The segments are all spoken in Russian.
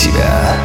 себя».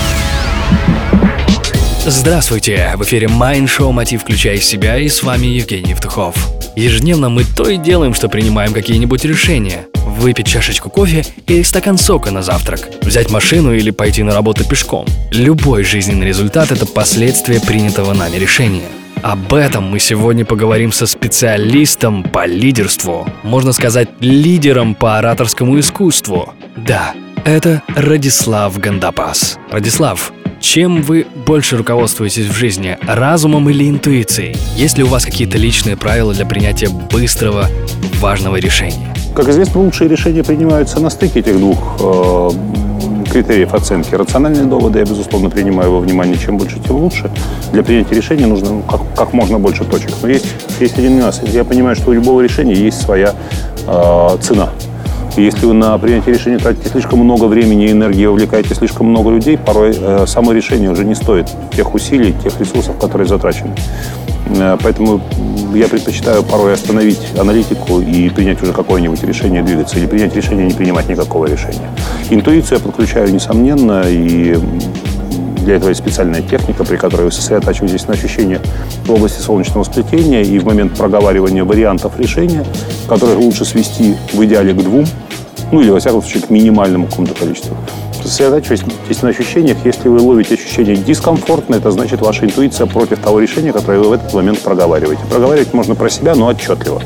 Здравствуйте! В эфире Mind-шоу «Мотив. Включай себя» и с вами Евгений Евтухов. Ежедневно мы то и делаем, что принимаем какие-нибудь решения. Выпить чашечку кофе или стакан сока на завтрак, взять машину или пойти на работу пешком. Любой жизненный результат – это последствия принятого нами решения. Об этом мы сегодня поговорим со специалистом по лидерству, можно сказать, лидером по ораторскому искусству. Да, это Радислав Гандапас. Радислав, чем вы больше руководствуетесь в жизни, разумом или интуицией? Есть ли у вас какие-то личные правила для принятия быстрого, важного решения? Как известно, лучшие решения принимаются на стыке этих двух критериев оценки. Рациональные доводы я, безусловно, принимаю во внимание. Чем больше, тем лучше. Для принятия решения нужно как можно больше точек. Но есть один нюанс. Я понимаю, что у любого решения есть своя цена. И если вы на принятие решения тратите слишком много времени и энергии, вовлекаете слишком много людей, порой само решение уже не стоит тех усилий, тех ресурсов, которые затрачены. Поэтому я предпочитаю порой остановить аналитику и принять уже какое-нибудь решение, двигаться, или принять решение, не принимать никакого решения. Интуицию я подключаю, несомненно, и для этого есть специальная техника, при которой вы сосредотачиваетесь на ощущениях в области солнечного сплетения и в момент проговаривания вариантов решения, которые лучше свести в идеале к двум, или, во всяком случае, к минимальному какому-то количеству. Сосредотачивайтесь на ощущениях. Если вы ловите ощущение дискомфортно, это значит, ваша интуиция против того решения, которое вы в этот момент проговариваете. Проговаривать можно про себя, но отчетливо.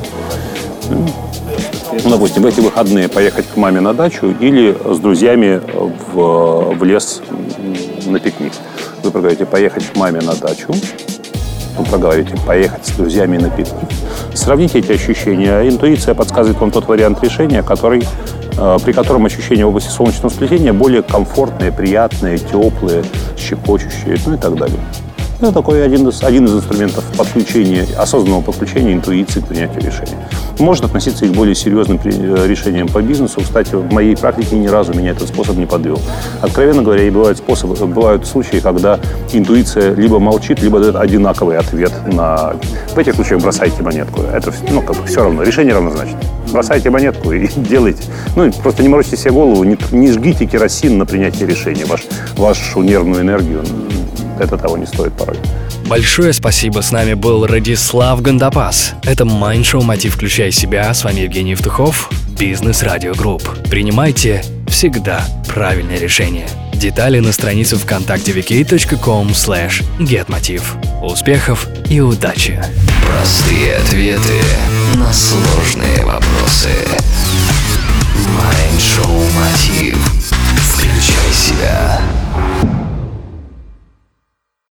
Допустим, в эти выходные поехать к маме на дачу или с друзьями в лес на пикник. Вы проговорите «поехать к маме на дачу», вы проговорите «поехать с друзьями на пикник». Сравните эти ощущения. Интуиция подсказывает вам тот вариант решения, при котором ощущения в области солнечного сплетения более комфортные, приятные, теплые, щекочущие, и так далее. Это такой один из инструментов осознанного подключения интуиции к принятию решений. Может относиться и к более серьезным решениям по бизнесу. Кстати, в моей практике ни разу меня этот способ не подвел. Откровенно говоря, бывают случаи, когда интуиция либо молчит, либо дает одинаковый ответ на... В этих случаях бросайте монетку. Это все равно. Решение равнозначно. Бросайте монетку и делайте. Просто не морочьте себе голову, не жгите керосин на принятие решения. Вашу нервную энергию. Это того не стоит порой. Большое спасибо. С нами был Радислав Гандапас. Это Mind-шоу «Мотив. Включай себя». С вами Евгений Евтухов. Бизнес Радио Групп. Принимайте всегда правильное решение. Детали на странице ВКонтакте vk.com/getmotiv. Успехов и удачи! Простые ответы на сложные вопросы.